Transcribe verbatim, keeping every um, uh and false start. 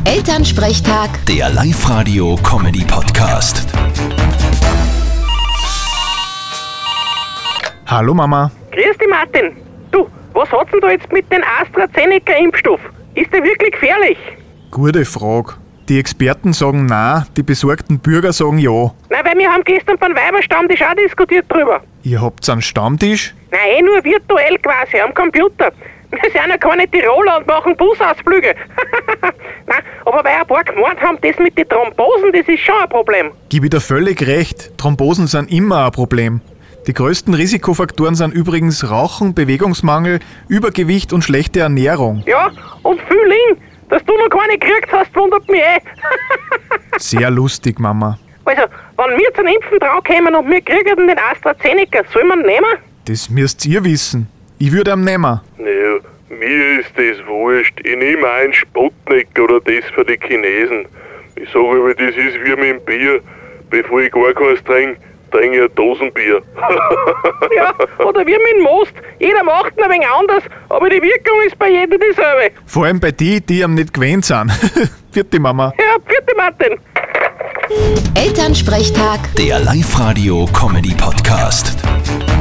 Elternsprechtag, Der Live-Radio-Comedy-Podcast. Hallo Mama. Grüß dich, Martin. Du, was hat's denn da jetzt mit dem AstraZeneca-Impfstoff? Ist der wirklich gefährlich? Gute Frage. Die Experten sagen nein, die besorgten Bürger sagen ja. Nein, weil wir haben gestern beim Weiberstammtisch auch diskutiert drüber. Ihr habt's einen Stammtisch? Nein, eh nur virtuell quasi, am Computer. Wir sind ja keine Tiroler und machen Busausflüge. Nein, aber weil ein paar gemeint haben, das mit den Thrombosen, das ist schon ein Problem. Gib ich dir völlig recht, Thrombosen sind immer ein Problem. Die größten Risikofaktoren sind übrigens Rauchen, Bewegungsmangel, Übergewicht und schlechte Ernährung. Ja, und Fühling, dass du noch keine gekriegt hast, wundert mich eh. Sehr lustig, Mama. Also, wenn wir zum Impfen draufkommen und wir kriegen den AstraZeneca, soll man ihn nehmen? Das müsst ihr wissen. Ich würde ihn nehmen. Naja, mir ist das wurscht. Ich nehme einen Sputnik oder das für die Chinesen. Ich sage aber, das ist wie mit dem Bier. Bevor ich gar keins trinke, trinke ich ein Dosenbier. Ja, oder wie mit dem Most. Jeder macht ihn ein wenig anders, aber die Wirkung ist bei jedem dieselbe. Vor allem bei die, die am nicht gewöhnt sind. Vierte Mama. Ja, bitte Martin. Elternsprechtag. Der Live-Radio-Comedy-Podcast.